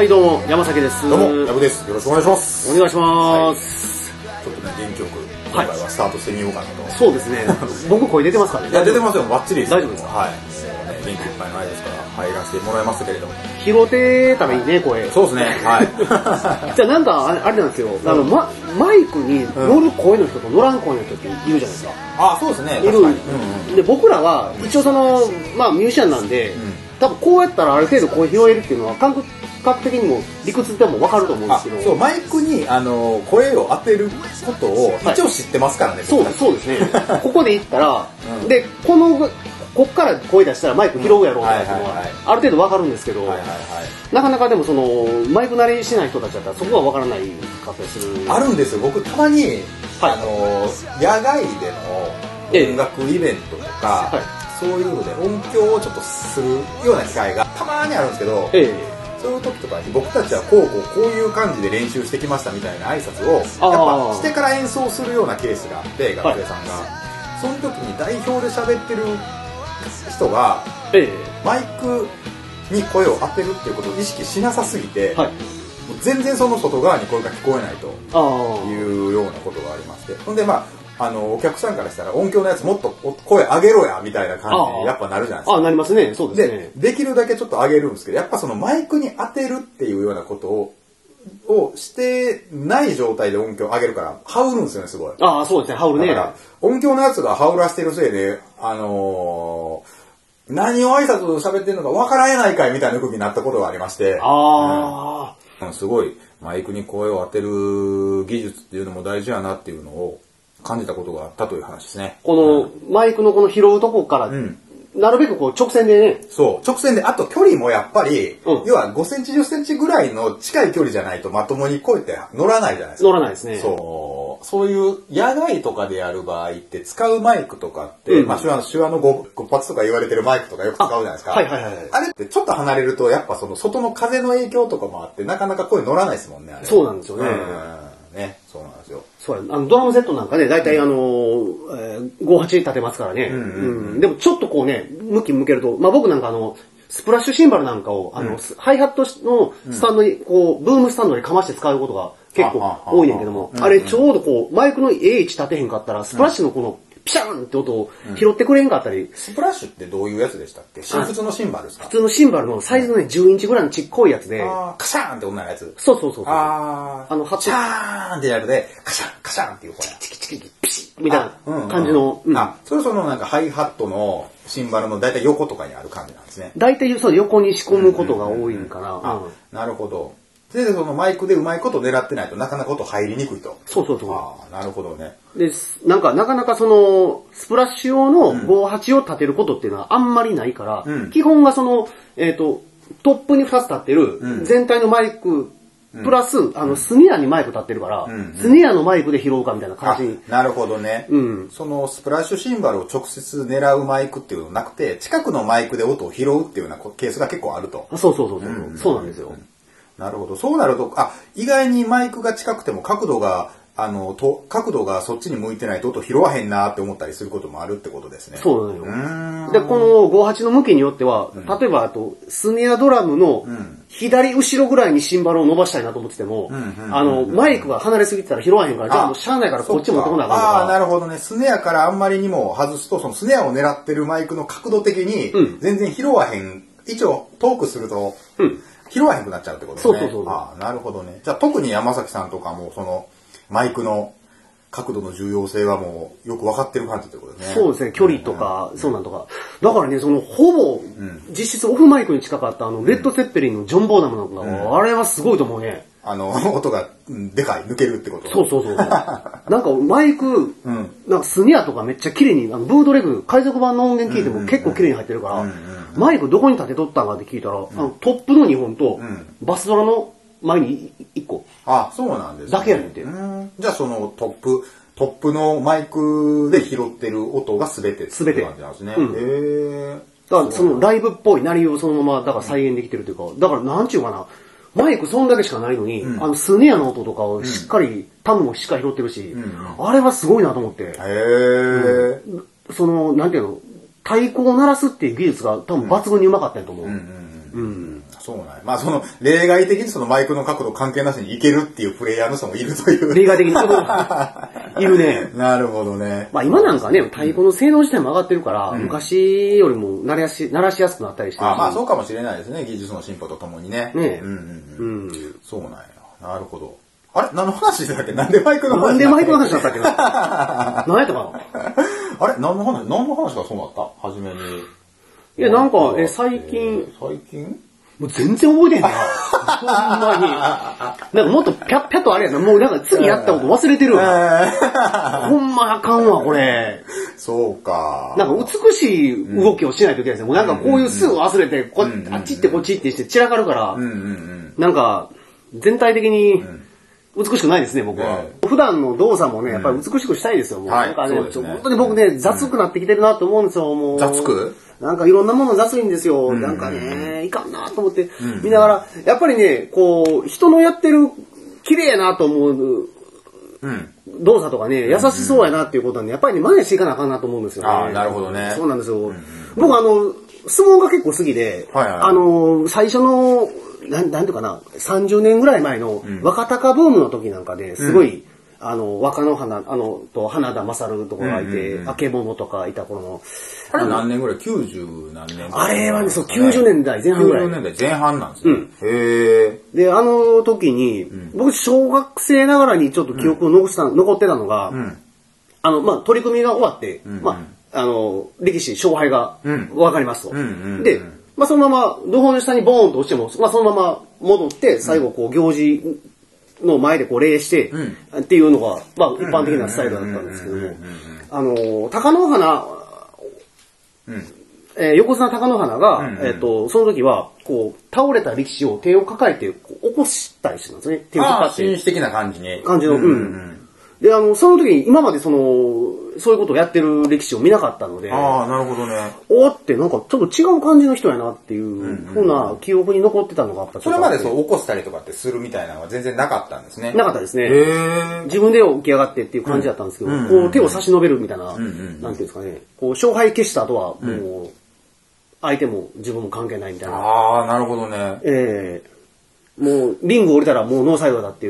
はい、どうも、山崎です。 どうも、矢部です。よろしくお願いします。 お願いします。 ちょっとね、元気よく、今回はスタートしてみようかなと。 そうですね。僕声出てますからね。 いや、出てますよ、バッチリです。 大丈夫ですか？ はい。もうね、元気いっぱいの間ですから、入らせてもらいましたけれども。 拾ってたらいいね、声。 そうですね、はい。 じゃあなんか、あれなんですよ、マイクに乗る声の人と乗らん声の人っているじゃないですか。 あ、そうですね、 いる。で、僕らは、一応まあミュージシャンなんで、多分こうやったらある程度声拾えるっていうのは、感覚的にも理屈でも分かると思うんですけど。 そう、マイクに、声を当てることを、一応知ってますからね、 そうですね。ここで言ったら、で、こっから声出したらマイク拾うやろうとかっていうのは、ある程度分かるんですけど、なかなかでもマイク慣れしない人たちだったらそこは分からないかったりする。 あるんですよ。僕、たまに、野外での音楽イベントとか、そういうので音響をちょっとするような機会がたまにあるんですけど、そういう時とかに僕たちはこういう感じで練習してきましたみたいな挨拶をやっぱしてから演奏するようなケースがあって、学生さんが、その時に代表で喋ってる人が、マイクに声を当てるっていうことを意識しなさすぎて、もう全然その外側に声が聞こえないというようなことがありまして、ほんでお客さんからしたら音響のやつもっと声上げろやみたいな感じにやっぱなるじゃないですか。 なりますね。そうですね。 できるだけちょっと上げるんですけど、やっぱそのマイクに当てるっていうようなことをしてない状態で音響上げるから、ハウるんですよね、すごい。 そうですね、ハウるね。 だから、音響のやつがハウらしてるせいで、何を挨拶喋ってるのか分からえないかいみたいな空気になったことがありまして。すごい、マイクに声を当てる技術っていうのも大事やなっていうのを感じたことがあったという話ですね。 この、マイクのこの拾うとこから、なるべく直線でね。 そう、直線で、あと距離もやっぱり、要は5センチ、10センチぐらいの近い距離じゃないとまともに声って乗らないじゃないですか。 乗らないですね。 そういう野外とかでやる場合って使うマイクとかって、手話の5発とか言われてるマイクとかよく使うじゃないですか。あれってちょっと離れると、やっぱその外の風の影響とかもあって、なかなか声乗らないですもんね、あれ。 そうなんですよね。 ね、そうなんですよ。 そうや、ドラムセットなんかね、だいたい58立てますからね。でもちょっとこうね、向けると、僕なんかスプラッシュシンバルなんかを、ハイハットのスタンドに、こう、ブームスタンドにかまして使うことが結構多いねんけども、あれちょうどこう、マイクの位置立てへんかったら、スプラッシュのこの、ピシャーンって音を拾ってくれへんかったり。 スプラッシュってどういうやつでしたっけ？普通のシンバルですか？ 普通のシンバルのサイズのね、10インチぐらいのちっこいやつで。 カシャーンって女のやつ。 そう。 シャーンってやるで、カシャーンっていう声。 チキチキピシッみたいな感じの。 それなんかハイハットのシンバルのだいたい横とかにある感じなんですね。 だいたい横に仕込むことが多いんかな。 なるほど。で、そのマイクでうまいこと狙ってないとなかなか音入りにくいと。 そう。 なるほどね。 で、なかなかスプラッシュ用の58を立てることっていうのはあんまりないから、基本がトップに2つ立ってる全体のマイク、プラス、スネアにマイク立ってるから、スネアのマイクで拾うかみたいな感じ。 なるほどね。そのスプラッシュシンバルを直接狙うマイクっていうのなくて、近くのマイクで音を拾うっていうようなケースが結構あると。 そう。そうなんですよ。 なるほど。そうなると、意外にマイクが近くても角度がそっちに向いてないと音拾わへんなって思ったりすることもあるってことですね。 そうなのよ。で、この58の向きによっては、例えばスネアドラムの左後ろぐらいにシンバルを伸ばしたいなと思ってても、マイクが離れすぎてたら拾わへんから、じゃあもうしゃあないからこっち持ってこなあかんとか。 なるほどね。スネアからあんまりにも外すと、そのスネアを狙ってるマイクの角度的に、全然拾わへん。一応遠くすると、拾わへんくなっちゃうってことね。 そう。 なるほどね。じゃあ特に山崎さんとかもマイクの角度の重要性はもうよく分かってる感じってことですね。 そうですね、距離とか、そうなんとか。だからね、ほぼ、実質オフマイクに近かったレッド・セッペリンのジョン・ボーナムなんか、あれはすごいと思うね。 音がでかい、抜けるってこと。 そう。なんかマイク、なんかスネアとかめっちゃ綺麗に、ブードレグ、海賊版の音源聞いても結構綺麗に入ってるから、マイクどこに立てとったんかって聞いたら、トップの2本と、バスドラの前に1個。 そうなんですね。 だけやねんて。 じゃあトップのマイクで拾ってる音が全てって感じなんですね。 だからライブっぽい鳴りをそのままだから再現できてるというか、だからなんちゅうかな、マイクそんだけしかないのに、スネアの音とかをしっかり、タムもしっかり拾ってるし、あれはすごいなと思って。なんていうの、太鼓を鳴らすっていう技術が多分抜群にうまかったんやと思う。 そうなんや。まあその、例外的にそのマイクの角度関係なしにいけるっていうプレイヤーの人もいるという。 例外的に。いるね。 なるほどね。 まあ今なんかね、太鼓の性能自体も上がってるから、昔よりも鳴らしやすくなったりしてる。 まあそうかもしれないですね。技術の進歩とともにね。ね。そうなんや。なるほど。あれ何の話してたっけ？なんでマイクの話なんでマイクの話だったっけな何やったかなあれ何の話がそうなった初めに。 いや、なんか、最近もう全然覚えてへんな。ほんまに。なんかもっとピャッとあれやな。もうなんか次やったこと忘れてるわ。ほんまあかんわ、これ。 そうか。 なんか美しい動きをしないといけないですね。もうなんかこういうすぐ忘れて、あっち行ってこっち行ってして散らかるから、なんか全体的に美しくないですね、僕は。普段の動作もね、やっぱり美しくしたいですよ。もうなんかね、本当に僕ね、雑くなってきてるなと思うんですよ、もう。 雑く？ なんかいろんなもの雑いんですよ。なんかね、いかんなと思って見ながら、やっぱりね、こう、人のやってる綺麗やなと思う動作とかね、優しそうやなっていうことはね、やっぱりね、真似していかなあかんなと思うんですよね。 ああ、なるほどね。 そうなんですよ。僕相撲が結構好きで、最初の、なんていうかな、30年ぐらい前の若鷹ブームの時なんかですごい、若野花、と花田勝とかがいて、あけぼのとかいた頃の。 あれ何年ぐらい ?90 何年あれはね、そう、90年代前半ぐらい。 90年代前半なんですね。へー。で、時に、僕、小学生ながらにちょっと記憶残ってたのが、まあ、取り組みが終わって、まあ、力士、勝敗が分かりますと。で、まあ、そのまま、土俵の下にボーンと落ちても、まあ、そのまま戻って、最後、こう、行事の前でこう礼して、っていうのが、まあ、一般的なスタイルだったんですけども、貴乃花、横綱貴乃花が、その時は、こう、倒れた力士を手を抱えて、起こしたりしてたんですね。手を引っ張って。 紳士的な感じに。 感じの、で、その時に、今までそういうことをやってる力士を見なかったので、 ああ、なるほどね。 おーってなんかちょっと違う感じの人やなっていうふうな記憶に残ってたのがあった。 それまでそう起こしたりとかってするみたいなのは全然なかったんですね。 なかったですね。自分で起き上がってっていう感じだったんですけど、こう手を差し伸べるみたいな、なんていうんですかね、こう勝敗消した後はもう、相手も自分も関係ないみたいな。 ああ、なるほどね。 もう、リング降りたらもうノーサイドだっていう、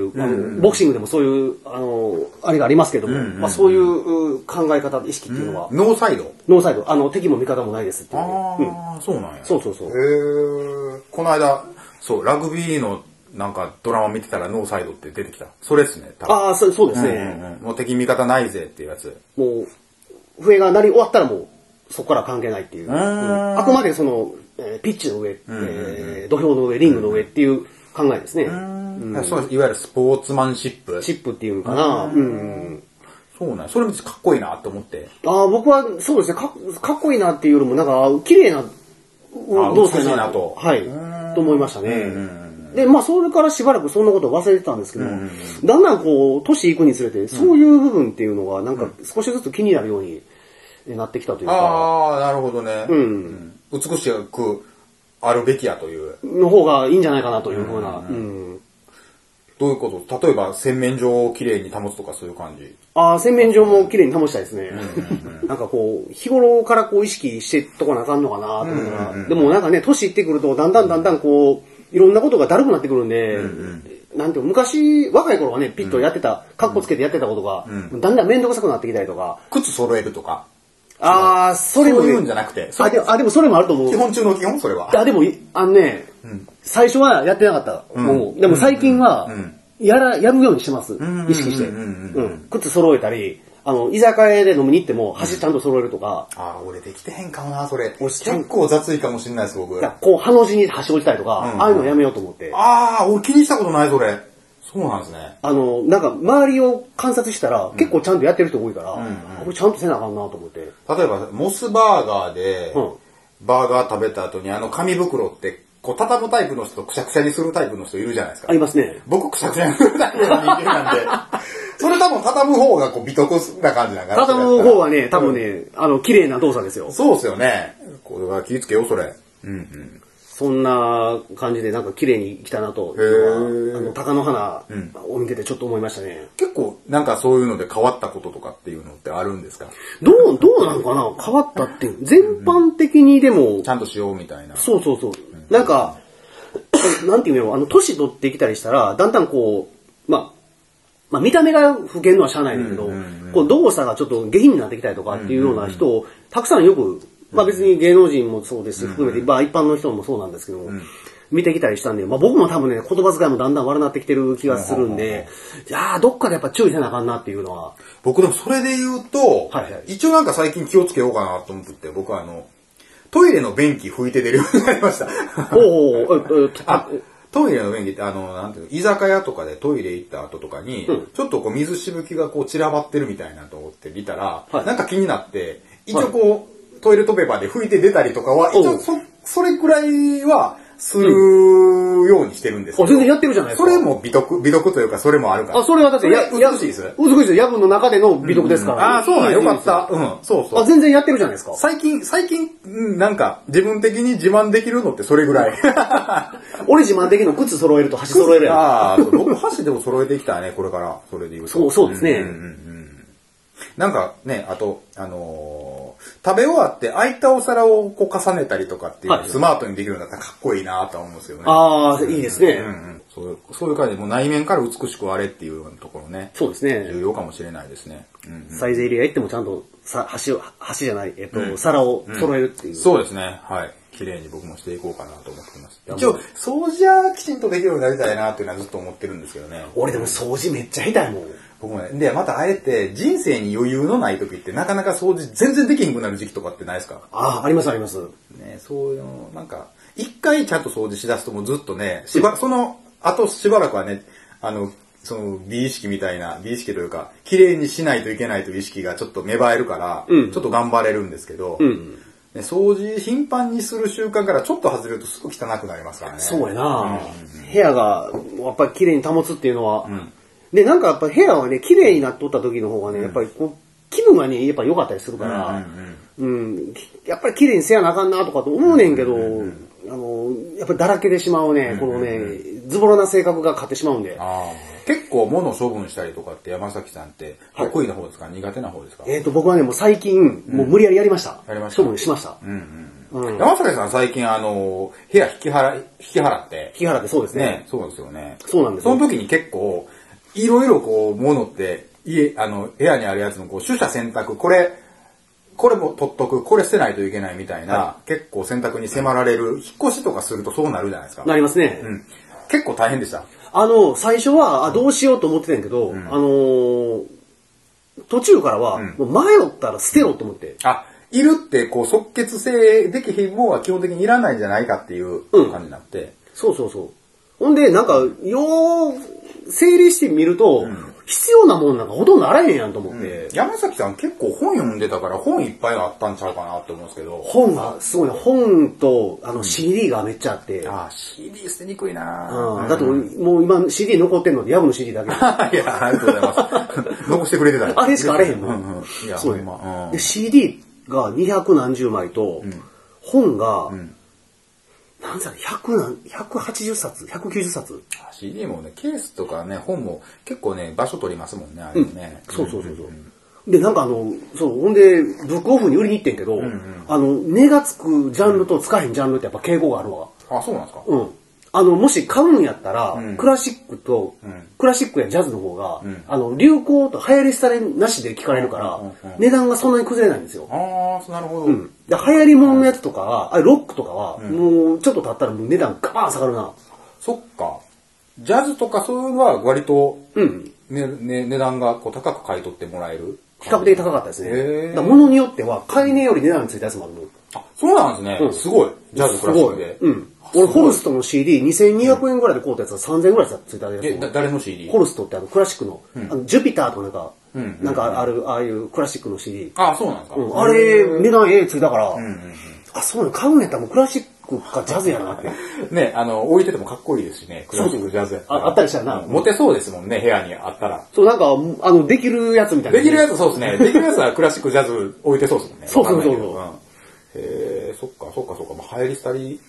ボクシングでもそういう、あれがありますけども、まあそういう考え方、意識っていうのは。 ノーサイド？ ノーサイド。敵も味方もないですっていう。 ああ、そうなんや。 そう。 この間、そう、ラグビーのなんかドラマ見てたらノーサイドって出てきた。それですね、多分。 ああ、そうですね。 もう敵味方ないぜっていうやつ。 もう、笛が鳴り終わったらもう、そこから関係ないっていう。あくまでその、ピッチの上、土俵の上、リングの上っていう考えですね。 そういわゆるスポーツマンシップ。 シップっていうのかな。 そうなん。それもかっこいいなと思って。 僕はそうですね、かっこいいなっていうよりも、なんか、綺麗な動作だなと。 はい。と思いましたね。で、まあ、それからしばらくそんなことを忘れてたんですけど、だんだんこう、年いくにつれて、そういう部分っていうのが、なんか少しずつ気になるようになってきたというか。 ああ、なるほどね。美しくあるべきやという。 の方がいいんじゃないかなというふうな。 どういうこと例えば洗面所をきれいに保つとかそういう感じ？ 洗面所もきれいに保ちたいですね。なんかこう、日頃からこう意識してとこなあかんのかなと思ったら、でもなんかね、年いってくるとだんだんこう、いろんなことがだるくなってくるんで、なんていう昔、若い頃はね、ピッとやってた、カッコつけてやってたことが、だんだんめんどくさくなってきたりとか。 靴揃えるとか。 それも、ね。 そういうんじゃなくて。 でもそれもあると思う。 基本中の基本それは。 でも、最初はやってなかった。もう、でも最近は、やるようにしてます。意識して。靴揃えたり、居酒屋で飲みに行っても、箸ちゃんと揃えるとか。 俺できてへんかもな、それ。結構雑いかもしれないです、僕。 こう、ハの字に箸落ちたりとか、ああいうのやめようと思って。 俺気にしたことない、それ。そうなんですね。 なんか、周りを観察したら、結構ちゃんとやってる人多いから、これちゃんとせなあかんなと思って。 例えば、モスバーガーで、バーガー食べた後に紙袋って、こう、畳むタイプの人とくしゃくしゃにするタイプの人いるじゃないですか。 ありますね。 僕、くしゃくしゃにするタイプの人間なんで。それ多分畳む方がこう美徳な感じなんかな。 畳む方はね、多分ね、綺麗な動作ですよ。 そうですよね。これは気ぃつけよう、それ。 そんな感じでなんか綺麗に来たなと、鷹の花を見ててちょっと思いましたね。 結構なんかそういうので変わったこととかっていうのってあるんですか？ どうなのかな変わったっていう。全般的にでも。 ちゃんとしようみたいな。 そう。なんか、 なんていうの、年取ってきたりしたら、だんだんこう、まあ、見た目が老けるのはしゃあないんだけど、こう動作がちょっと下品になってきたりとかっていうような人を、たくさんよく、まあ別に芸能人もそうですし、含めて、まあ一般の人もそうなんですけども、見てきたりしたんで、まあ僕も多分ね、言葉遣いもだんだん悪なってきてる気がするんで、いやー、どっかでやっぱ注意せなあかんなっていうのは。 僕でもそれで言うと、一応なんか最近気をつけようかなと思って、僕はトイレの便器拭いて出るようになりました。トイレの便器ってなんていうの、居酒屋とかでトイレ行った後とかに、ちょっとこう水しぶきがこう散らばってるみたいなと思って見たら、なんか気になって、一応こう、トイレットペーパーで拭いて出たりとかは、一応それくらいはするようにしてるんですけど。 全然やってるじゃないですか。 それも美徳というか、それもあるから。 それはだって、 美しいです。 美しいですよ。夜分の中での美徳ですから。 そうなんよかった。そう。 全然やってるじゃないですか。 最近、なんか、自分的に自慢できるのってそれぐらい。 俺自慢できるの靴揃えると箸揃えるやん。僕箸でも揃えていきたいね、これから。それで言うと。 そうですね。 なんかね、あと、食べ終わって空いたお皿をこう重ねたりとかっていう、スマートにできるんだったらかっこいいなと思うんですよね。 いいですね。 そういう感じで、もう内面から美しくあれっていうところね。 そうですね。 重要かもしれないですね。 サイゼリヤ行ってもちゃんと箸じゃない、皿を揃えるっていう。 そうですね。はい。綺麗に僕もしていこうかなと思ってます。一応、掃除はきちんとできるようになりたいなっていうのはずっと思ってるんですけどね。 俺でも掃除めっちゃ下手いもん。 僕もね。で、またあえて人生に余裕のない時ってなかなか掃除全然できひんくなる時期とかってないですか？ ありますあります。 ね、そういうの、なんか、一回ちゃんと掃除しだすともうずっとね、その後しばらくはね、その美意識みたいな、美意識というか、綺麗にしないといけないという意識がちょっと芽生えるから、ちょっと頑張れるんですけど、掃除頻繁にする習慣からちょっと外れるとすぐ汚くなりますからね。 そうやな、部屋がやっぱり綺麗に保つっていうのは、で、なんかやっぱ部屋はね、綺麗になっとった時の方がね、やっぱりこう、気分がね、やっぱ良かったりするから、やっぱり綺麗にせやなあかんなとかと思うねんけど、やっぱりだらけてしまうね、このね、ズボラな性格が勝ってしまうんで。 結構物処分したりとかって山崎さんって得意な方ですか、苦手な方ですか？ 僕はね、もう最近、もう無理やりやりました。処分しました。 山崎さん最近部屋引き払って。 引き払ってそうですね。 そうですよね。 そうなんです。 その時に結構、いろいろこう、物って、部屋にあるやつのこう、取捨選択、これも取っとく、これ捨てないといけないみたいな、結構選択に迫られる、引っ越しとかするとそうなるじゃないですか。 なりますね。 結構大変でした。 最初は、どうしようと思ってたんやけど、途中からは、もう迷ったら捨てろと思って。 いるって、こう、即決性できひんもんは基本的にいらないんじゃないかっていう感じになって。 そう。ほんで、なんか、整理してみると、必要なもんなんかほとんどあらへんやんと思って。 山崎さん結構本読んでたから本いっぱいあったんちゃうかなって思うんですけど。 本がすごいね。本とCD がめっちゃあって。 CD 捨てにくいなだってもう今 CD 残ってんので、ヤブの CD だけ。 いや、ありがとうございます。残してくれてたあれしかあれへんの。 いや、 そうで、CD が200何十枚と、本が、なんだろ、180冊 ?190 冊 CD もね、ケースとかね、本も結構ね、場所取りますもんね、あれね。 そう。で、なんかほんで、ブックオフに売りに行ってんけど、値がつくジャンルとつかへんジャンルってやっぱ傾向があるわ。 そうなんですか？ もし買うんやったら、クラシックやジャズの方が、流行と流行り廃りなしで聞かれるから、値段がそんなに崩れないんですよ。 なるほど。 流行り物のやつとかは、ロックとかは、もうちょっと経ったらもう値段ガバーン下がるな。 そっか。ジャズとかそういうのは割と、値段がこう高く買い取ってもらえる？ 比較的高かったですね。物によっては、買い値より値段についたやつもあるの。 そうなんですね。すごい。ジャズクラシックで。 俺、ホルストの CD2200 円ぐらいで買うたやつは3000円ぐらいついたやつ。 誰の CD？ ホルストってクラシックの、ジュピターとかなんかああいうクラシックの CD。 そうなんですか。 あれ、値段ついたから、そうなの、買うんやったらもうクラシックかジャズやなって。 ね、置いててもかっこいいですしね、クラシックジャズやったら。 あったりしたらな。 モテそうですもんね、部屋にあったら。 そう、なんか、できるやつみたいな。 できるやつそうですね。できるやつはクラシックジャズ置いてそうですもんね。 そう。 そっか。流行り廃り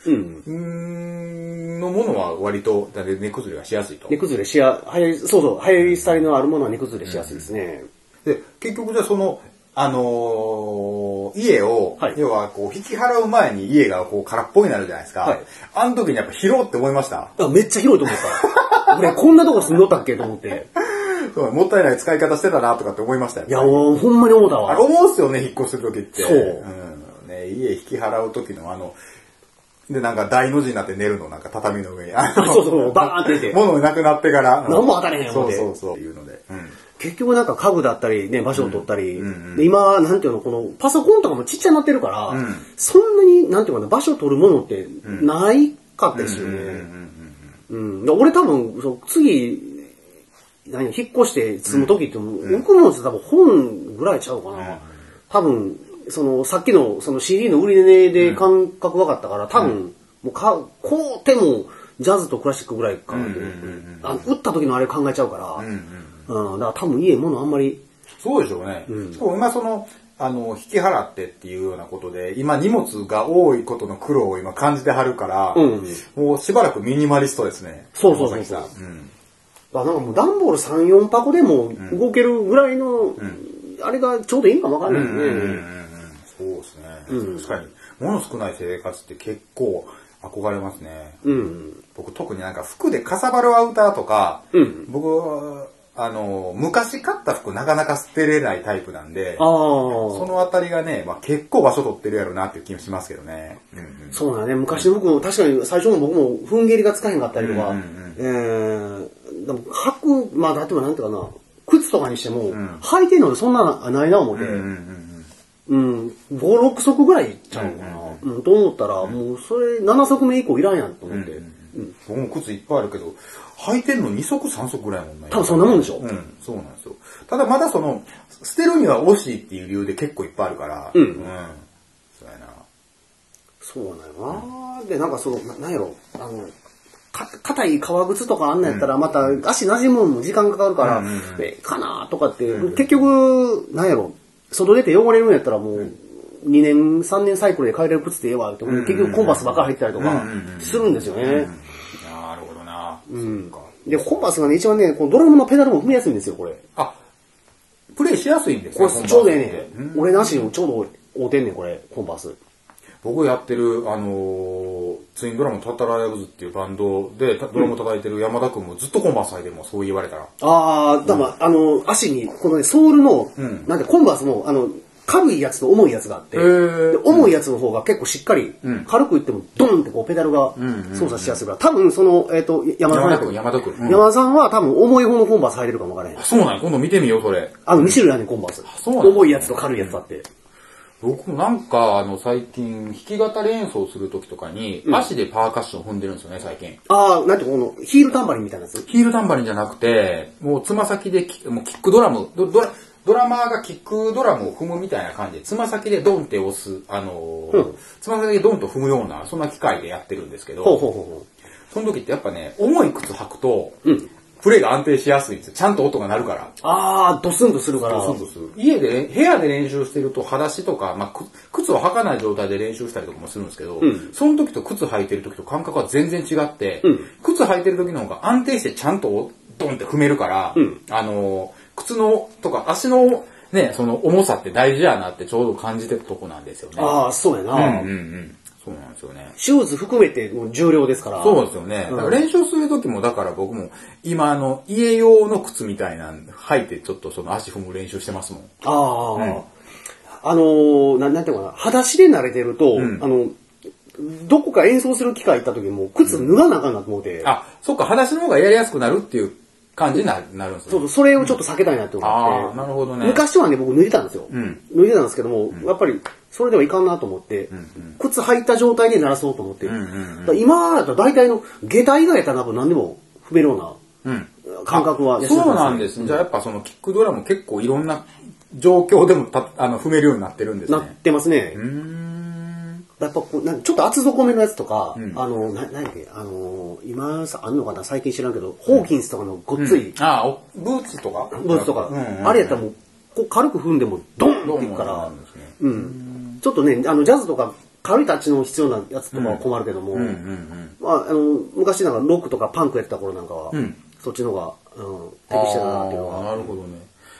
のものは割と値崩れがしやすいと。 流行り廃りのあるものは値崩れしやすいですね。 で、結局じゃあ家を、はい、要はこう引き払う前に家がこう空っぽになるじゃないですか。はい、あの時にやっぱ拾おうって思いました。 めっちゃ広いと思った。俺こんなとこ住んどったっけと思って。 そうもったいない使い方してたなとかって思いましたよ。 いや、ほんまに思ったわ。 思うっすよね、引っ越する時って。そう。うん。ね、家引き払う時ので、なんか大の字になって寝るの、なんか畳の上に。 そうそう、バーンって出て。 物なくなってから。 何も当たれへんよ、そう。いうので。 結局なんか家具だったりね、場所を取ったり、で今、なんていうの、このパソコンとかもちっちゃになってるから、そんなに、なんていうかな、場所を取るものってないかったですよね。俺多分、次、引っ越して住む時って、僕も多分本ぐらいちゃうかな。多分、さっきのCD の売り値で感覚分かったから、多分、もう買うても、ジャズとクラシックぐらいかなって。売った時のあれ考えちゃうから、だから多分家物あんまり。 そうでしょうね。しかも今引き払ってっていうようなことで、今荷物が多いことの苦労を今感じてはるから、もうしばらくミニマリストですね。 そう。なんかもう段ボール3、4箱でも動けるぐらいの、あれがちょうどいいかもわかんないね。 そうですね。確かに、物少ない生活って結構憧れますね。僕特になんか服でかさばるアウターとか、僕、昔買った服なかなか捨てれないタイプなんで、そのあたりがね、結構場所取ってるやろなっていう気もしますけどね。 そうだね。昔の服も確かに最初の僕も踏ん蹴りがつかへんかったりとか、でも履く、例えばなんていうかな、靴とかにしても、履いてるのでそんなないな思って、5、6足ぐらいいっちゃうのかな。と思ったら、もうそれ7足目以降いらんやんと思って。 僕も靴いっぱいあるけど、履いてるの2足3足ぐらいもんね。 多分そんなもんでしょ。 そうなんですよ。ただまだ捨てるには惜しいっていう理由で結構いっぱいあるから。そうやな。 そうなんよな。で、なんかなんやろ、硬い革靴とかあんなんやったら、また足馴染むのも時間かかるから、かなとかって、結局、なんやろ、外出て汚れるんやったらもう、2年、3年サイクルで変えれる靴でええわって、結局コンパスばっかり入ったりとかするんですよね。 なるほどな。 で、コンパスがね、一番ね、このドラムのペダルも踏みやすいんですよ、これ。 プレイしやすいんですよ、 これちょうどええね。俺の足にちょうど合うてんねん、これ、コンパス。 僕やってる、ツインドラムタタラヤブズっていうバンドで、ドラム叩いてる山田くんもずっとコンバース履いてもそう言われたら。 だから足に、このね、ソールの、なんでコンバースも、軽いやつと重いやつがあって、で重いやつの方が結構しっかり、軽くいってもドンってこうペダルが操作しやすいから、多分山田さんは多分重い方のコンバース履いてるかもわからへん。 そうなんや、今度見てみよう、それ。 2種類あるね、コンバース。重いやつと軽いやつあって。 僕なんか最近弾き語り演奏する時とかに、足でパーカッション踏んでるんですよね、最近。 なんてこのヒールタンバリンみたいなやつ？ ヒールタンバリンじゃなくて、もうつま先でもうキックドラム、ドラマーがキックドラムを踏むみたいな感じで、つま先でドンって押す、つま先でドンと踏むような、そんな機械でやってるんですけど、その時ってやっぱね、重い靴履くと、プレイが安定しやすいんですよ。ちゃんと音が鳴るから。 ドスンとするから。 ドスンとする。部屋で練習してると、裸足とか、靴を履かない状態で練習したりとかもするんですけど、その時と靴履いてる時と感覚は全然違って、靴履いてる時の方が安定してちゃんとドンって踏めるから、靴のとか足のね、その重さって大事やなってちょうど感じてるとこなんですよね。 そうやな。 そうなんですよね。 シューズ含めて重量ですから。 そうですよね。だから練習する時も、だから僕も今家用の靴みたいなの履いてちょっと足踏む練習してますもん。 なんていうかな、裸足で慣れてると、どこか演奏する機会行った時も靴脱がなあかんなと思って。 そっか、裸足の方がやりやすくなるっていう感じになるんですよ。 それをちょっと避けたいなって思って。 なるほどね。 昔はね、僕脱いでたんですよ。脱いでたんですけども、やっぱり、それではいかんなと思って、靴履いた状態で鳴らそうと思って。今だと大体の下駄以外やったら何でも踏めるような感覚は。 そうなんですね。じゃあやっぱキックドラム結構いろんな状況でも踏めるようになってるんですね。 なってますね。やっぱちょっと厚底めのやつとか、何だっけ、今あんのかな、最近知らんけど、ホーキンスとかのごっつい。 ブーツとかあれやったらもう、軽く踏んでもドンっていくから、ちょっとね、ジャズとか軽いタッチの必要なやつとかは困るけども、昔なんかロックとかパンクやってた頃なんかは、そっちの方が適してたなっていうのは。 なるほどね。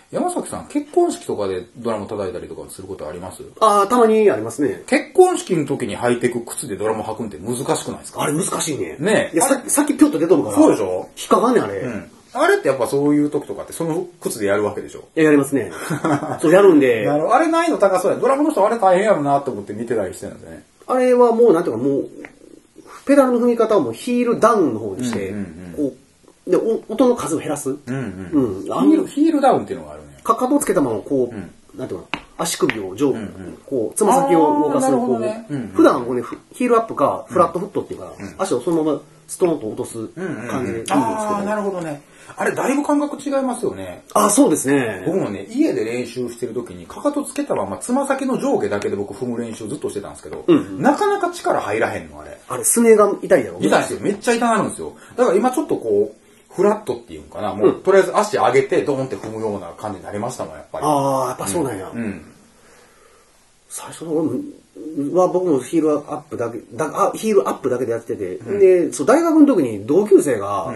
山崎さん、結婚式とかでドラム叩いたりとかすることあります？ ああ、たまにありますね。 結婚式の時に履いていく靴でドラム履くんって難しくないですか？ あれ難しいね。 ねえ。 いや、さっきピョッと出とるから。 そうでしょ？ 引っかかんねん、あれ。 うん。あれってやっぱそういう時とかってその靴でやるわけでしょ？ いや、やりますね。そう、やるんで。 あれ難易度高そうや。ドラムの人あれ大変やろなと思って見てたりしてるんですね。 あれはもう、なんていうかもう、ペダルの踏み方をもうヒールダウンの方にして、こう、で、音の数を減らす。ヒールダウンっていうのがあるね。 かかとをつけたままこう、なんていうか足首を上下、こう、つま先を動かす、こう、普段こうね、ヒールアップか、フラットフットっていうか、足をそのままストーンと落とす感じでいいんですけど。 ああ、なるほどね。あれ、だいぶ感覚違いますよね。 あ、そうですね。 僕もね、家で練習してる時に、かかとつけたまま、つま先の上下だけで僕踏む練習ずっとしてたんですけど、なかなか力入らへんの、あれ。 あれ、すねが痛いやろ？ 痛いですよ。めっちゃ痛なるんですよ。だから今ちょっとこう、フラットっていうのかな、もう、とりあえず足上げて、ドーンって踏むような感じになりましたもん、やっぱり。 ああ、やっぱそうなんや。最初は僕もヒールアップだけ、ヒールアップだけでやってて、で、そう、大学の時に同級生が、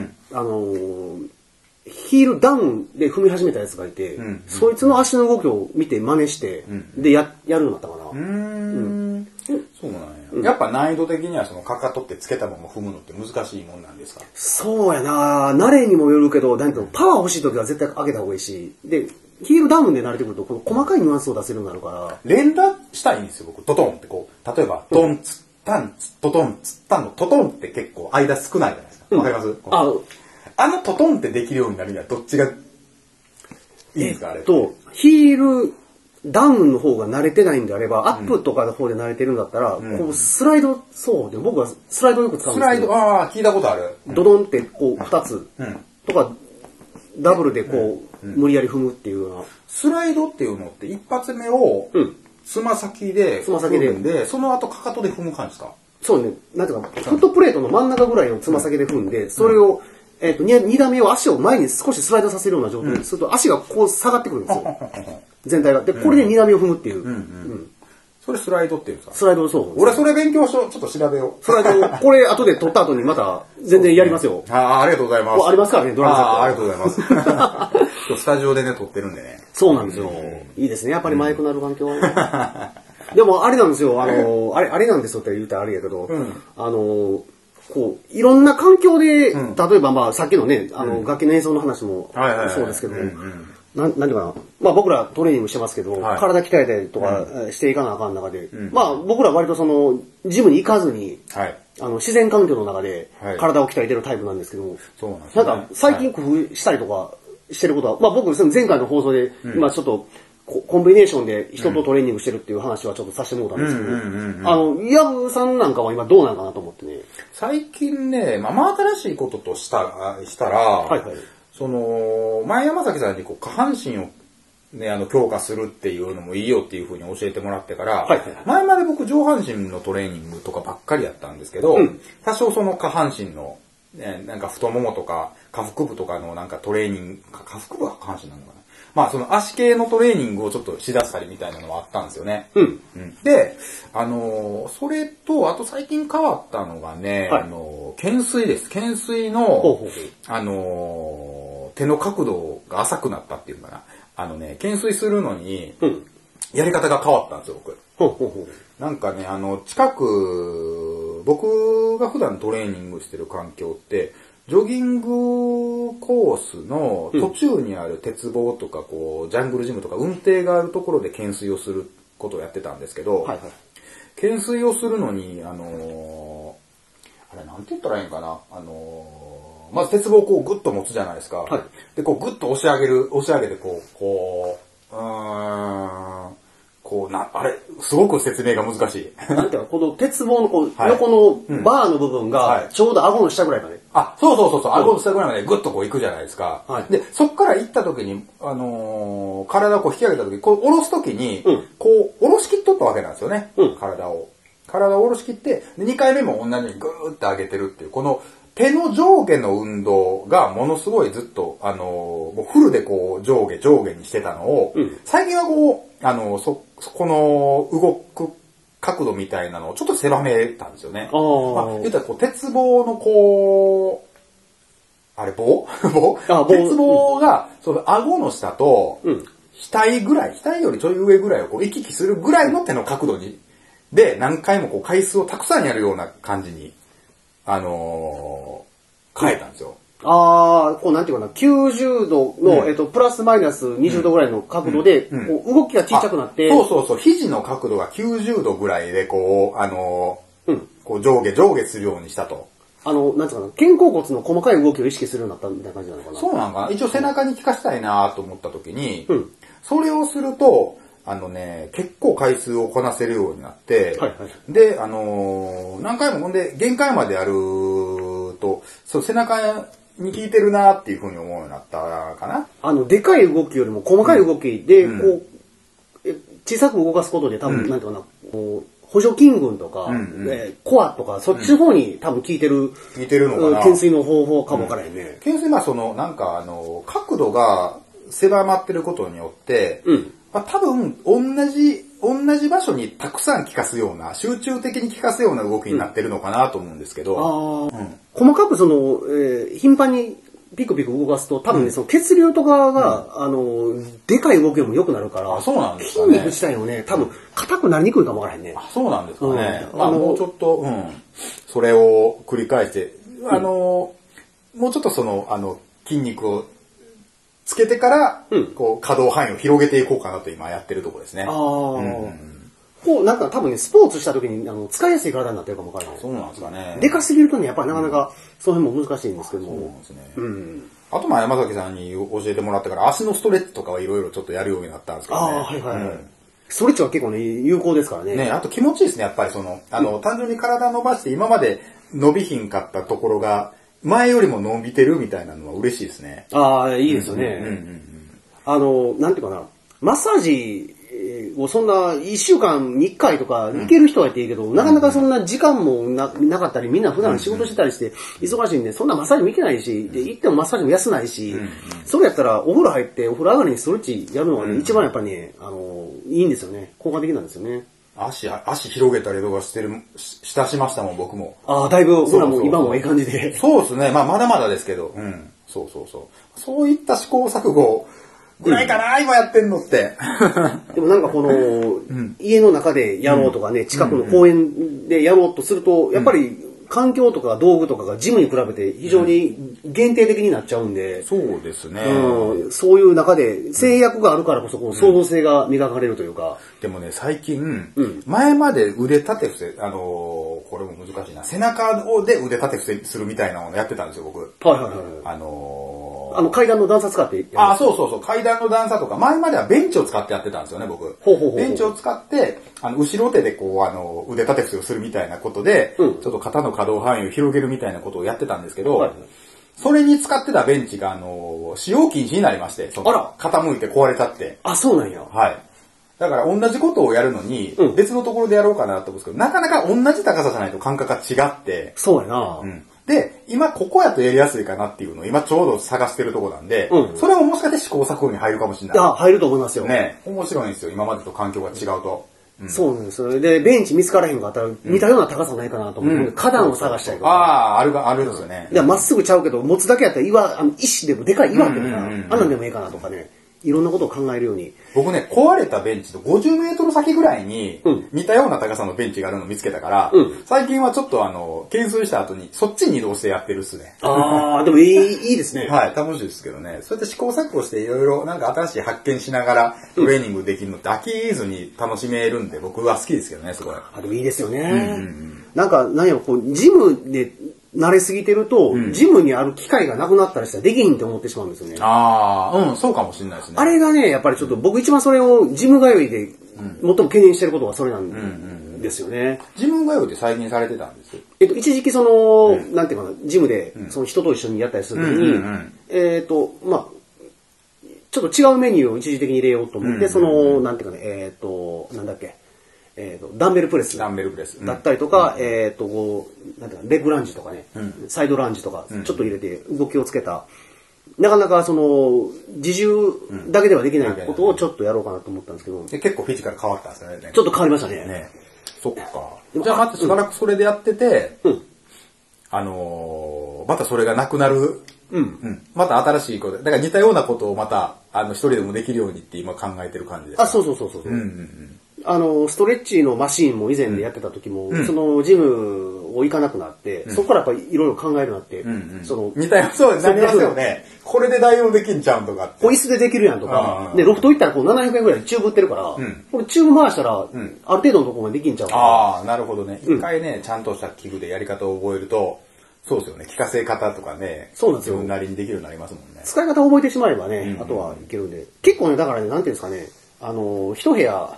ヒールダウンで踏み始めたやつがいて、そいつの足の動きを見て真似して、で、やるようになったかな。 そうなんや。やっぱ難易度的にはそのかかとってつけたまま踏むのって難しいもんなんですか？ そうやな、慣れにもよるけど、パワー欲しい時は絶対上げた方がいいし、で、ヒールダウンで慣れてくると、この細かいニュアンスを出せるようになるから。 連打したいんですよ、僕。トトンってこう、例えば、トンツッタンツットトンツッタンのトトンって結構間少ないじゃないですか。わかります？あのトトンってできるようになるにはどっちがいいんですか、あれ。 ヒールダウンの方が慣れてないんであれば、アップとかの方で慣れてるんだったら、こうスライド、そうで、僕はスライドよく使うんですけど。 スライド、ああ、聞いたことある。 ドドンってこう2つとか、ダブルでこう、無理やり踏むっていうような。 スライドっていうのって一発目を、つま先で踏んで、その後かかとで踏む感じですか？ そうね、なんていうか、フットプレートの真ん中ぐらいをつま先で踏んで、それを、2段目を足を前に少しスライドさせるような状態にすると、足がこう下がってくるんですよ。全体が。で、これで2段目を踏むっていう。 それスライドっていうんですか？ スライド、そう。 俺それ勉強しよう。ちょっと調べよう。 スライド、これ後で撮った後にまた全然やりますよ。 ありがとうございます。 ありますからね、ドラムセット。 ありがとうございます。今日スタジオでね、撮ってるんでね。 そうなんですよ。いいですね、やっぱりマイクのある環境はね。でもあれなんですよ、あれなんですよって言うたらあれやけど、こう、いろんな環境で、例えばまあさっきのね、楽器の演奏の話もそうですけど、なんていうかな、まあ僕らトレーニングしてますけど、体鍛えたりとかしていかなあかん中で、まあ僕ら割とその、ジムに行かずに、自然環境の中で体を鍛えてるタイプなんですけども、なんか最近工夫したりとかしてることは、まあ僕前回の放送で、今ちょっと、コンビネーションで人とトレーニングしてるっていう話はちょっとさせてもらったんですけど、ヤブさんなんかは今どうなんかなと思ってね。 最近ね、まあ新しいこととしたら、その、前山崎さんにこう下半身をね、強化するっていうのもいいよっていう風に教えてもらってから、前まで僕上半身のトレーニングとかばっかりやったんですけど、多少その下半身の、ね、なんか太ももとか下腹部とかのなんかトレーニング、下腹部は下半身なのかな。まあその足系のトレーニングをちょっとしだしたりみたいなのはあったんですよね。で、それと、あと最近変わったのがね、懸垂です。懸垂の、手の角度が浅くなったっていうかな。懸垂するのに、やり方が変わったんですよ、僕。なんかね、僕が普段トレーニングしてる環境って、ジョギングコースの途中にある鉄棒とか、こう、ジャングルジムとか運転があるところで懸垂をすることをやってたんですけど、懸垂をするのに、あれなんて言ったらいいんかな、まず鉄棒をこうグッと持つじゃないですか。で、こうグッと押し上げてあれ、すごく説明が難しい。 なんていうか、この鉄棒のこう、横のバーの部分が、ちょうど顎の下ぐらいまで。 そう、顎の下ぐらいまでグッとこう行くじゃないですか。で、そっから行った時に、体をこう引き上げた時、こう下ろす時に、こう、下ろしきっとったわけなんですよね。体を下ろしきって、で、2回目も同じようにグーって上げてるっていう、この、手の上下の運動がものすごいずっと、もうフルでこう上下にしてたのを、最近はこう、この動く角度みたいなのをちょっと狭めたんですよね。言ったらこう鉄棒のこあれ棒鉄棒が、その顎の下と、額よりちょい上ぐらいをこう行き来するぐらいの手の角度に、で、何回もこう回数をたくさんやるような感じに、変えたんですよ。 こうなんていうかな、90度の、プラスマイナス20度ぐらいの角度で、こう動きが小さくなって。 そう、肘の角度が90度ぐらいで、こう、こう上下するようにしたと。 なんつうかな、肩甲骨の細かい動きを意識するようになったみたいな感じなのかな。 そうなのかな。一応背中に効かしたいなと思った時に、それをすると、結構回数をこなせるようになって、で、何回もほんで、限界までやると、そう背中に効いてるなっていう風に思うようになったかな。でかい動きよりも細かい動きで、こう、小さく動かすことで多分、なんていうかな、補助筋群とか、コアとか、そっちの方に多分効いてるのかな。 懸垂の方法かもわからへんね。 懸垂、角度が狭まってることによって、多分、同じ場所にたくさん効かすような、集中的に効かすような動きになってるのかなと思うんですけど。 細かく頻繁にピクピク動かすと、多分ね、その血流とかが、でかい動きでも良くなるから、 そうなんですかね。筋肉自体をね、多分、硬くなりにくいかもわからへんね。 そうなんですかね。もうちょっと、それを繰り返して、もうちょっと筋肉をつけてから、こう、可動範囲を広げていこうかなと今やってるところですね。こう、なんか多分ね、スポーツした時に使いやすい体になってるかもわからない。 そうなんですかね。 でかすぎるとね、やっぱりなかなか、その辺も難しいんですけども。 そうなんですね。あと山崎さんに教えてもらってから、足のストレッチとかはいろいろちょっとやるようになったんですけどね。 ストレッチは結構ね、有効ですからね。 ね、あと気持ちいいですね、やっぱり単純に体伸ばして今まで伸びひんかったところが、前よりも伸びてるみたいなのは嬉しいですね。 いいですよね。なんていうかな、マッサージをそんな1週間に1回とか行ける人は言っていいけど、なかなかそんな時間もなかったり、みんな普段仕事してたりして忙しいんで、そんなマッサージも行けないし、で行ってもマッサージも安ないし、それやったらお風呂入ってお風呂上がりにストレッチやるのがね、一番やっぱね、いいんですよね。効果的なんですよね。 足広げたりとかしましたもん、僕も。 だいぶ、今もいい感じで。 そうですね。まだまだですけど。そういった試行錯誤ぐらいかな、今やってんのって。 でもなんか家の中でやろうとかね、近くの公園でやろうとすると、やっぱり環境とか道具とかがジムに比べて非常に限定的になっちゃうんで。 そうですね。 そういう中で制約があるからこそ、この創造性が磨かれるというか。 でもね、最近、前まで腕立て伏せ、これも難しいな、背中で腕立て伏せするみたいなのをやってたんですよ、僕。階段の段差使って。 そう。階段の段差とか、前まではベンチを使ってやってたんですよね、僕。ベンチを使って、後ろ手でこう、腕立て伏せをするみたいなことで、ちょっと肩の可動範囲を広げるみたいなことをやってたんですけど、それに使ってたベンチが、使用禁止になりまして、傾いて壊れちゃって。 そうなんや。 はい。だから同じことをやるのに、別のところでやろうかなと思うんですけど、なかなか同じ高さじゃないと感覚が違って。 そうやな。 で、今ここやとやりやすいかなっていうのを今ちょうど探してるところなんで、それももしかして試行錯誤に入るかもしれない。 入ると思いますよ。 ね、面白いんですよ。今までと環境が違うと。 そうなんですよ。で、ベンチ見つからへんかったら似たような高さないかなと思って、花壇を探したりとか。 あるんですよね。 まっすぐちゃうけど、持つだけやったら石でもでかい岩っていうか、あんなんでもいいかなとかね。いろんなことを考えるように。 僕ね、壊れたベンチと50メートル先ぐらいに似たような高さのベンチがあるのを見つけたから、最近はちょっと懸垂した後にそっちに移動してやってるっすね。 でもいいですね。 はい、楽しいですけどね。そうやって試行錯誤していろいろなんか新しい発見しながらトレーニングできるのって飽きずに楽しめるんで、僕は好きですけどね、すごい。 でもいいですよね。なんか、ジムで慣れすぎてると、ジムにある機会がなくなったりしたらできひんって思ってしまうんですよね。 そうかもしれないですね。 あれがね、やっぱりちょっと僕一番それをジム通いで最も懸念してることがそれなんですよね。 ジム通いって最近されてたんです。 一時期なんていうかな、ジムで人と一緒にやったりするときに、ちょっと違うメニューを一時的に入れようと思って、なんていうかね、なんだっけ、ダンベルプレスだったりとか、なんていうか、レッグランジとかね、サイドランジとか、ちょっと入れて動きをつけた、なかなか自重だけではできないことをちょっとやろうかなと思ったんですけど。 結構フィジカル変わったんですね。 ちょっと変わりましたね。 そっか。じゃあまたしばらくそれでやってて、またそれがなくなるうん。また新しいこと、だから似たようなことをまた、一人でもできるようにって今考えてる感じです。 あ、そうそうそうそう。ストレッチのマシーンも以前でやってた時も、そのジムを行かなくなって、そこからやっぱりいろいろ考えるようになって、 似たような、そうなりますよね。これで代用できんちゃうんとかって。 椅子でできるやんとか、で、ロフト行ったらこう700円ぐらいでチューブ売ってるから、これチューブ回したら、ある程度のところまでできんちゃうか。 ああ、なるほどね。一回ね、ちゃんとした器具でやり方を覚えると、そうですよね。聞かせ方とかね。 そうなんですよ。 自分なりにできるようになりますもんね。 使い方を覚えてしまえばね、あとはいけるんで。結構ね、だからね、なんていうんですかね、一部屋、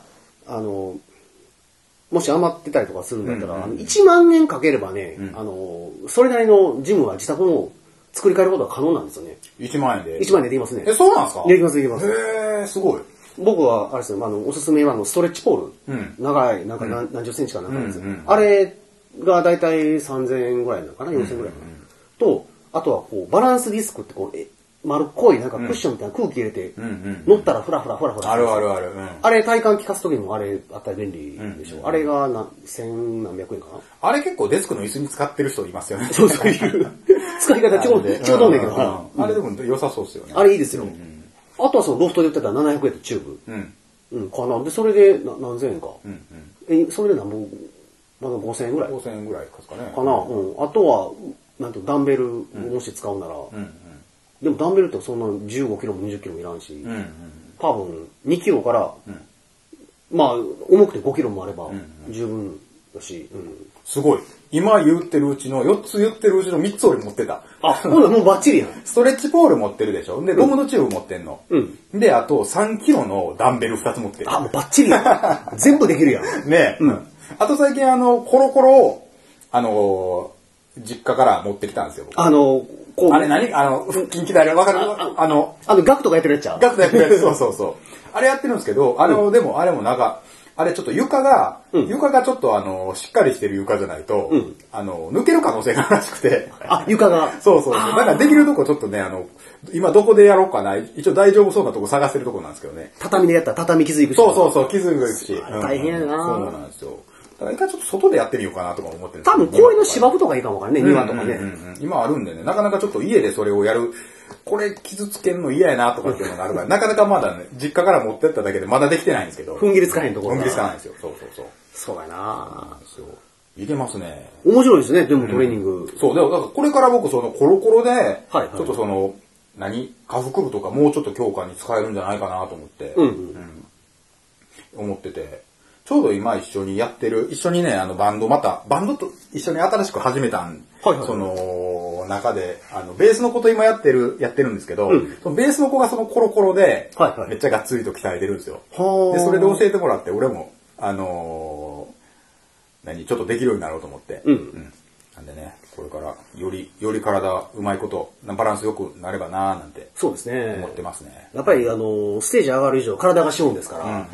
もし余ってたりとかするんだったら、1万円かければね、それなりのジムは自宅も作り変えることが可能なんですよね。 1万円で ?1 万円でできますね。 そうなんですか？ できます、できます。 へー、すごい。 僕は、あれですよ、おすすめはストレッチポール。長い、なんか何十センチかなんかです。あれがだいたい3000円ぐらいなのかな、4000円ぐらいかな。と、あとはこう、バランスディスクってこう、丸っこいなんかクッションみたいな空気入れて、乗ったらフラフラフラフラ。 あるあるある。 あれ体幹効かすときもあれあったら便利でしょ。あれが千何百円かな。 あれ結構デスクの椅子に使ってる人いますよね。 そういう使い方違うんだけど。 あれでも良さそうですよね。 あれいいですよ。あとはそのロフトで売ってたら700円とチューブ。かな。で、それで何千円か。それでまだ5000円ぐらい。 5000円ぐらいですかね。 かな。あとは、なんとダンベルもし使うなら、でもダンベルってそんな15キロも20キロもいらんし、多分2キロから、まあ重くて5キロもあれば十分だし、 すごい。今言ってるうちの、4つ言ってるうちの3つ俺持ってた。 あ、ほらもうバッチリやん。 ストレッチポール持ってるでしょ。で、ゴムのチューブ持ってんの。で、あと3キロのダンベル2つ持ってる。 あ、もうバッチリやん。全部できるやん。 ねえ。あと最近コロコロを、実家から持ってきたんですよ。あれ何腹筋鍛えるわかるガクとかやってるやつちゃう？ ガクとやってるやつ、そう。あれやってるんですけど、でもあれもなんか、あれちょっと床がちょっとしっかりしてる床じゃないと、抜ける可能性があるらしくて。 あ、床が。 そう。だからできるとこちょっとね、今どこでやろうかな。一応大丈夫そうなとこ探してるとこなんですけどね。 畳でやったら畳傷いくし。 そう、傷いくし。 大変やな。 そうなんですよ。だから一回ちょっと外でやってみようかなとか思ってるんです多分公園の芝生とかいいかもわかんね、庭とかね。 今あるんでね、なかなかちょっと家でそれをやる、これ傷つけるの嫌やなとかっていうのがあるから、なかなかまだね、実家から持ってっただけでまだできてないんですけど。 踏ん切りつかへんところ。 踏ん切りつかないんですよ。そう。 そうやないけますね。 面白いですね、でもトレーニング。 そう、だからこれから僕そのコロコロで、ちょっとその、下腹部とかもうちょっと強化に使えるんじゃないかなと思って、思ってて。ちょうど今一緒にね、バンドと一緒に新しく始めたその中で、ベースの子と今やってるんですけど、そのベースの子がそのコロコロで、めっちゃがっつりと鍛えてるんですよ。で、それで教えてもらって、俺も、ちょっとできるようになろうと思って。なんでね、これからより体うまいこと、バランスよくなればなーなんて。 そうですね。 思ってますね。 やっぱりステージ上がる以上体が資本ですから、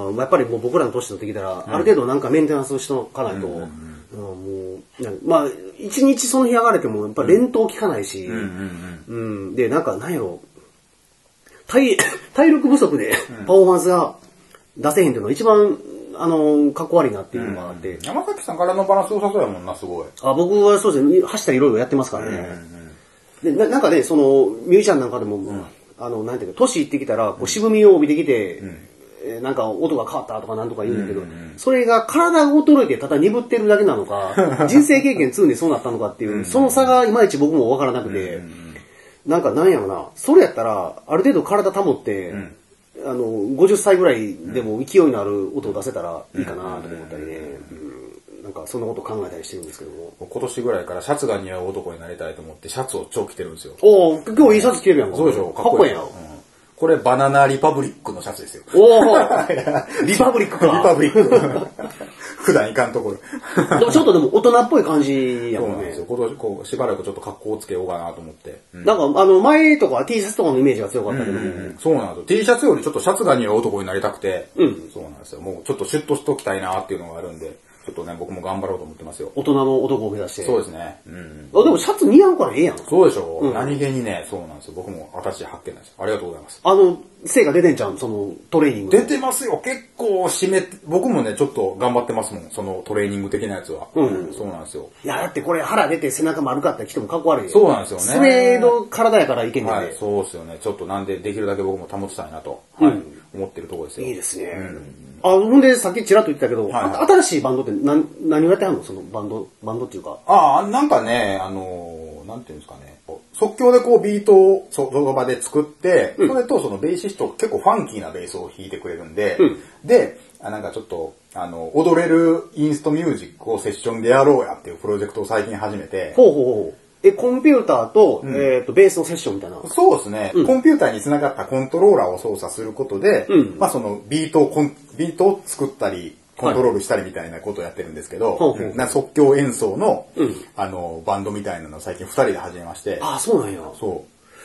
やっぱりもう僕らの年になってきたら、ある程度なんかメンテナンスをしとかないと、まあ、一日その日上がれても、やっぱ連投効かないし、で、なんやろ、体力不足でパフォーマンスが出せへんっていうのが一番、かっこ悪いなっていうのがあって。 山崎さんからのバランス良さそうやもんな、すごい。 僕はそうですね、走ったりいろいろやってますからね。で、なんかね、その、ミュージシャンなんかでも、なんていうか、年いってきたら、こう渋みを帯びてきて、なんか音が変わったとかなんとか言うんだけど、それが体が衰えてただ鈍ってるだけなのか、人生経験2でそうなったのかっていう、その差がいまいち僕もわからなくて、なんやろな、それやったら、ある程度体保って、50歳ぐらいでも勢いのある音を出せたらいいかなと思ったりね、なんかそんなこと考えたりしてるんですけども。 今年ぐらいからシャツが似合う男になりたいと思ってシャツを超着てるんですよ。 おー、今日いいシャツ着てるやんか。 そうでしょ、 かっこいいやん。 これバナナリパブリックのシャツですよ。 おーリパブリックか。 リパブリック。普段いかんところ。 でもちょっとでも大人っぽい感じやもんね。 そうなんですよ。今年こうしばらくちょっと格好をつけようかなと思って。 なんか前とか T シャツとかのイメージが強かったけど、 そうなんですよ。T シャツよりちょっとシャツが似合う男になりたくて、そうなんですよ。もうちょっとシュッとしときたいなっていうのがあるんで、 ちょっとね、僕も頑張ろうと思ってますよ。 大人の男を目指して。 そうですね。 うん。あ、でもシャツ似合うからええやん。 そうでしょ、うん、何気にね、そうなんですよ。僕も新しい発見なんですよ。ありがとうございます。 成果出てんじゃん、そのトレーニング。 出てますよ。結構僕もね、ちょっと頑張ってますもん。そのトレーニング的なやつは。うん。そうなんですよ。 いや、だってこれ腹出て背中丸かった人もかっこ悪いよ。 そうなんですよね。 スウェード体やからいけんねんで。 はい、そうですよね。ちょっとなんでできるだけ僕も保ちたいなと、はい、思ってるところですよ。 いいですね。ほんで、さっきちらっと言ったけど、新しいバンドって何をやってはんのそのバンドっていうか。 なんかね、なんていうんですかね。即興でこうビートをその場で作って、それとそのベーシスト結構ファンキーなベースを弾いてくれるんで、で、なんかちょっと、踊れるインストミュージックをセッションでやろうやっていうプロジェクトを最近始めて。 ほうほうほう。コンピューターと、ベースのセッションみたいな。 そうですね、コンピューターにつながったコントローラーを操作することで、まあそのビートを作ったり、コントロールしたりみたいなことをやってるんですけど、即興演奏の、バンドみたいなのを最近2人で始めまして。 あ、そうなんや。 そう。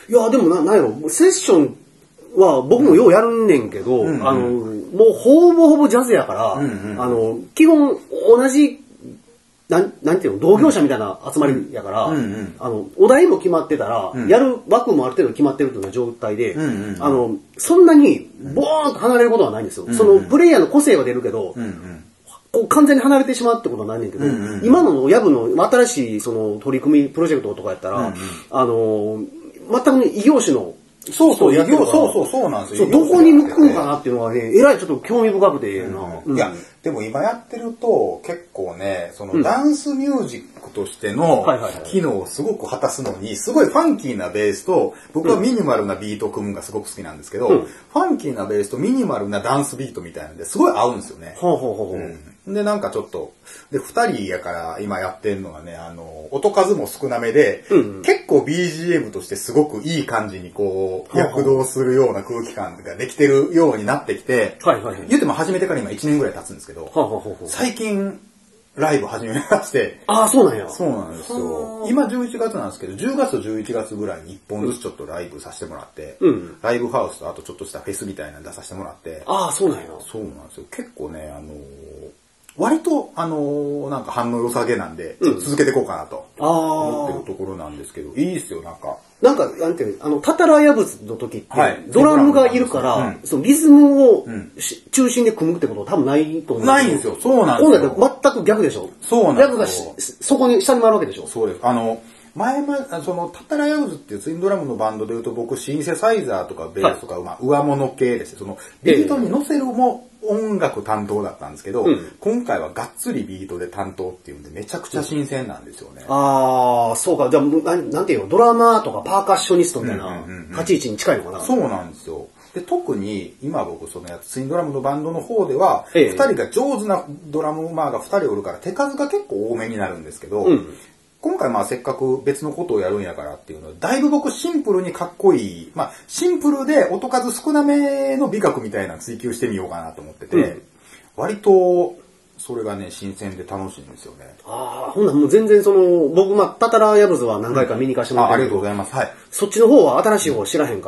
いや、でもなんやろ、セッションは僕もようやるんねんけど、もうほぼほぼジャズやから、基本同じ、なんていうの、同業者みたいな集まりやから、お題も決まってたら、やる枠もある程度決まってるというような状態で、そんなにボーンと離れることはないんですよ。そのプレイヤーの個性は出るけど、完全に離れてしまうってことはないねんけど、今のヤブの新しいその取り組み、プロジェクトとかやったら、全くね、異業種の、 そうなんですよ。 どこに向くんかなっていうのはね、えらいちょっと興味深くていや、でも今やってると結構ね、そのダンスミュージックとしての機能をすごく果たすのに、すごいファンキーなベースと、僕はミニマルなビートを組むのがすごく好きなんですけど、ファンキーなベースとミニマルなダンスビートみたいなんですごい合うんですよね。で、なんかちょっと、で、2人やから今やってるのがね、音数も少なめで、結構 BGM としてすごくいい感じにこう、躍動するような空気感ができてるようになってきて、言っても始めてから今1年ぐらい経つんですけど、最近、ライブ始めまして。 ああ、そうなんや。 そうなんですよ。今11月なんですけど、10月と11月ぐらいに1本ずつちょっとライブさせてもらって、ライブハウスとあとちょっとしたフェスみたいなの出させてもらって。 ああ、そうなんや。 そうなんですよ。結構ね、割と、なんか反応良さげなんで、続けていこうかなと思ってるところなんですけど、いいっすよ、なんか。 なんていうの、タタラヤブズの時って、ドラムがいるから、そのリズムを中心で組むってことは多分ないと思う。 ないんですよ、そうなんですよ。 今度は全く逆でしょ。 そうなんですよ。 ヤブがそこに下に回るわけでしょ。 そうです。そのタタラヤブズっていうツインドラムのバンドでいうと僕シンセサイザーとかベースとか、上物系ですね。そのビートに乗せる音楽担当だったんですけど、今回はがっつりビートで担当っていうんでめちゃくちゃ新鮮なんですよね。 ああ、そうか。じゃあ、なんていうの、ドラマーとかパーカッショニストみたいな立ち位置に近いのかな。 そうなんですよ。で、特に今僕そのツインドラムのバンドの方では、2人が上手なドラムマーが2人おるから手数が結構多めになるんですけど、今回せっかく別のことをやるんやからっていうのは、だいぶ僕シンプルにかっこいい、シンプルで音数少なめの美学みたいな追求してみようかなと思ってて、割とそれがね、新鮮で楽しいんですよね。 ああ、ほんならもう全然僕タタラヤブズは何回か見に行かせてもらってありがとうございます。はい。 そっちの方は新しい方知らへんから、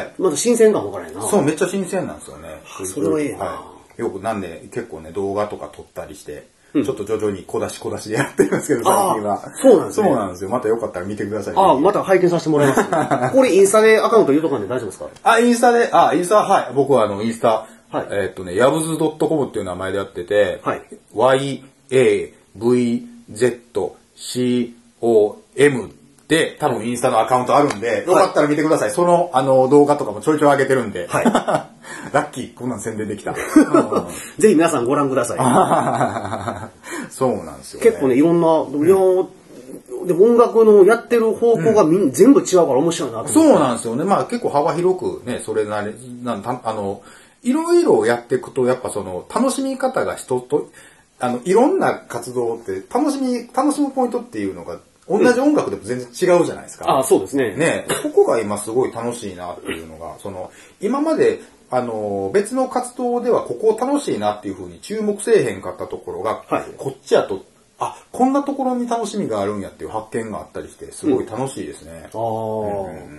まだ新鮮感もわからへんな。 そう、めっちゃ新鮮なんですよね。 それはええな。 よくなんで結構ね、動画とか撮ったりして、ちょっと徐々に小出しでやってるんですけど、最近は。 そうなんですね。 そうなんですよ。またよかったら見てください。 また拝見させてもらいます。これインスタでアカウント言うとかんで大丈夫ですか？ インスタはい。僕はインスタ、ヤブズ .com っていう名前でやってて、YAVZCOM で多分インスタのアカウントあるんで、よかったら見てください。その動画とかもちょいちょい上げてるんで。ラッキー、こんなん宣伝できた。 ぜひ皆さんご覧ください。そうなんですよ、 結構ね、いろんな、でも音楽のやってる方向が全部違うから面白いなと思って。 そうなんですよね。結構幅広くね、それなり、いろいろやっていくと、やっぱ楽しみ方が人と、いろんな活動って楽しむポイントっていうのが、同じ音楽でも全然違うじゃないですか。 そうですね。 ね、ここが今すごい楽しいなっていうのが、今まで、別の活動ではここ楽しいなっていう風に注目せえへんかったところが、こっちやと、こんなところに楽しみがあるんやっていう発見があったりして、すごい楽しいですね。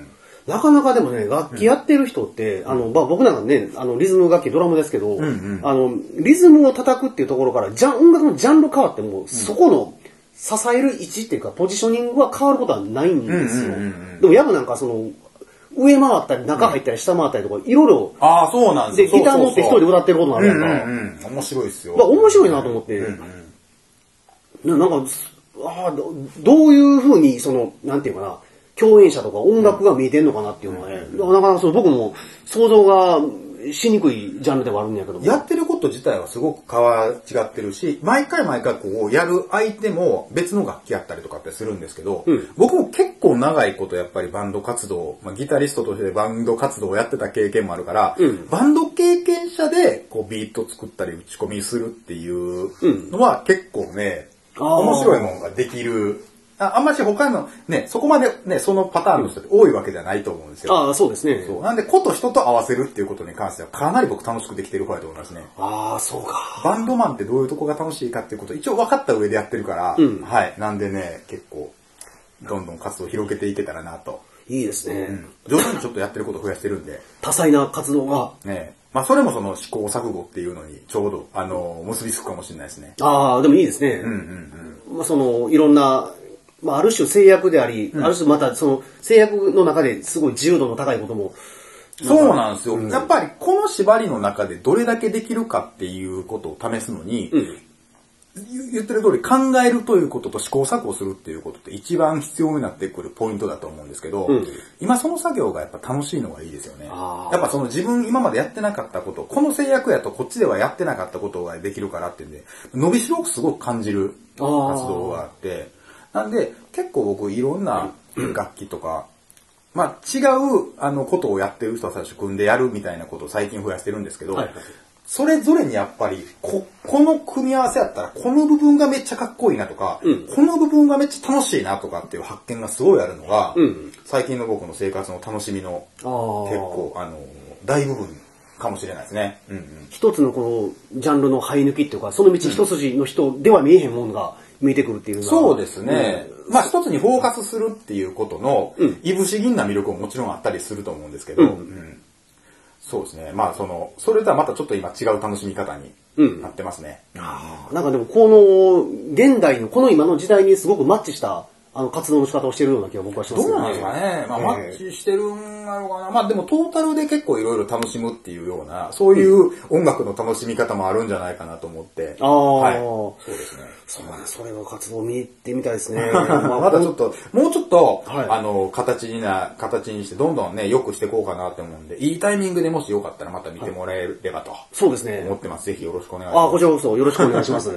なかなかでもね、楽器やってる人って、僕なんかね、リズム楽器、ドラムですけど、リズムを叩くっていうところから、音楽のジャンル変わっても、そこの支える位置っていうか、ポジショニングは変わることはないんですよ。でも、ヤブなんか上回ったり、中入ったり、下回ったりとか、いろいろ。 ああ、そうなんですよ。で、ギター持って一人で歌ってることもあるやんか。 面白いですよ。 面白いなと思って。なんか、どういう風に、なんていうかな、共演者とか音楽が見えてんのかなっていうのはね、なかなか僕も想像がしにくいジャンルではあるんやけど。 やってること自体はすごく違ってるし、毎回こうやる相手も別の楽器やったりとかってするんですけど、僕も結構長いことやっぱりバンド活動、ギタリストとしてバンド活動をやってた経験もあるから、バンド経験者でこうビート作ったり打ち込みするっていうのは結構ね、面白いものができる。あんまし他のね、そこまでね、そのパターンの人って多いわけじゃないと思うんですよ。 ああ、そうですね。 そう。なんで、こと人と合わせるっていうことに関しては、かなり僕楽しくできてる方だと思いますね。 ああ、そうか。 バンドマンってどういうとこが楽しいかっていうことを一応分かった上でやってるから、はい。なんでね、結構、どんどん活動を広げていけたらなと。 いいですね。 徐々にちょっとやってることを増やしてるんで。 多彩な活動が。 ね。それもその試行錯誤っていうのにちょうど、結びつくかもしれないですね。 ああ、でもいいですね。いろんな、ある種制約であり、ある種また制約の中ですごい自由度の高いことも。 そうなんですよ。やっぱりこの縛りの中でどれだけできるかっていうことを試すのに、言ってる通り考えるということと試行錯誤するっていうことって一番必要になってくるポイントだと思うんですけど、今その作業がやっぱ楽しいのがいいですよね。やっぱ自分今までやってなかったこと、この制約やとこっちではやってなかったことができるからっていうんで、伸びしろをすごく感じる活動があって、なんで、結構僕いろんな楽器とか、違うことをやってる人は最初組んでやるみたいなことを最近増やしてるんですけど、それぞれにやっぱりこの組み合わせやったらこの部分がめっちゃかっこいいなとか、この部分がめっちゃ楽しいなとかっていう発見がすごいあるのが、最近の僕の生活の楽しみの結構大部分かもしれないですね。 一つのこのジャンルの生え抜きっていうか、その道一筋の人では見えへんものが、見えてくるっていうのは。 そうですね。一つにフォーカスするっていうことの、いぶし銀な魅力ももちろんあったりすると思うんですけど、そうですね。それとはまたちょっと今違う楽しみ方になってますね。 なんかでもこの、現代のこの今の時代にすごくマッチした、活動の仕方をしてるような気が僕はしますね。どうなんですかね。マッチしてるんだろうかな。でもトータルで結構いろいろ楽しむっていうような、そういう音楽の楽しみ方もあるんじゃないかなと思って。はい。そうですね。 それの活動を見てみたいですね。 まだちょっと、もうちょっと、形にして、どんどんね、良くしていこうかなって思うんで、いいタイミングでもしよかったらまた見てもらえればと。 そうですね。 思ってます。ぜひよろしくお願いします。 こちらこそよろしくお願いします。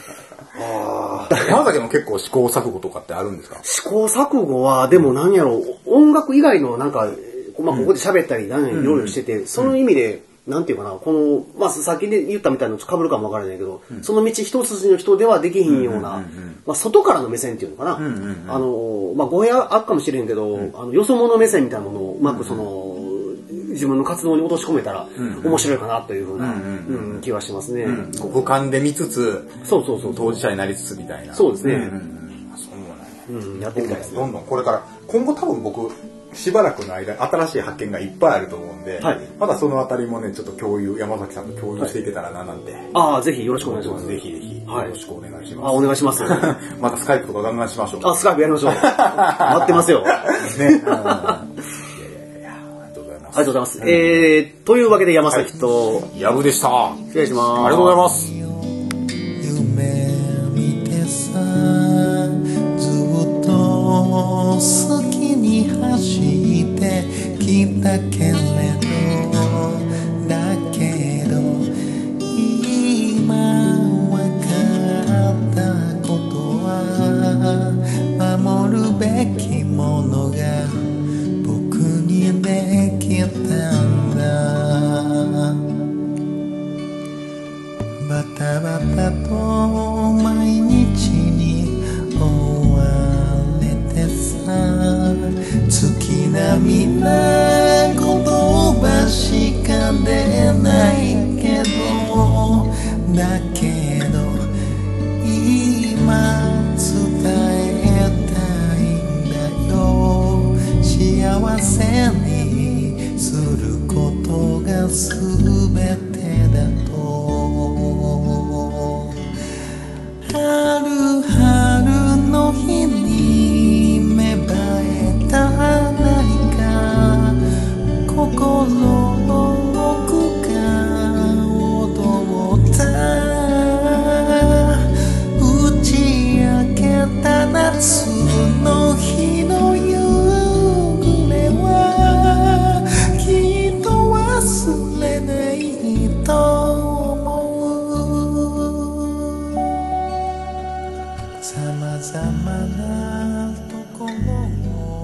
山崎も結構試行錯誤とかってあるんですか？ 試行錯誤は、でも何やろう、音楽以外のなんか、ここで喋ったり、いろいろしてて、その意味で、なんていうかな、さっきで言ったみたいなのと被るかもわからないけど、その道一筋の人ではできひんような、外からの目線っていうのかな。語弊あるかもしれんけど、よそ者目線みたいなものをうまく自分の活動に落とし込めたら面白いかなというふうな気がしますね。 俯瞰で見つつ、 そう当事者になりつつみたいな。 そうですね。 やってみたいですね。どんどんこれから、今後多分僕、しばらくの間、新しい発見がいっぱいあると思うんで、まだそのあたりもね、ちょっと山崎さんと共有していけたらななんて。 ぜひよろしくお願いします。 ぜひぜひ、よろしくお願いします。 お願いします。 またスカイプとかガンガンしましょう。 スカイプやりましょう。待ってますよ。ね。 ありがとうございます。 ありがとうございます。というわけで山崎と、 やぶでした。 失礼します。 ありがとうございます。 夢見てさ、ずっと好きに走ってきたけれど、だけど今わかったことは、守るべきものが僕にできたんだ。バタバタと毎日に追われてさ、月並みな言葉しか出ないけど、だけど今伝えたいんだよ。幸せにすることがすべてだと春春の日に芽生えた何か心の奥が踊った打ち明けた夏の日の夕暮れはきっと忘れないと思うさまざまなところを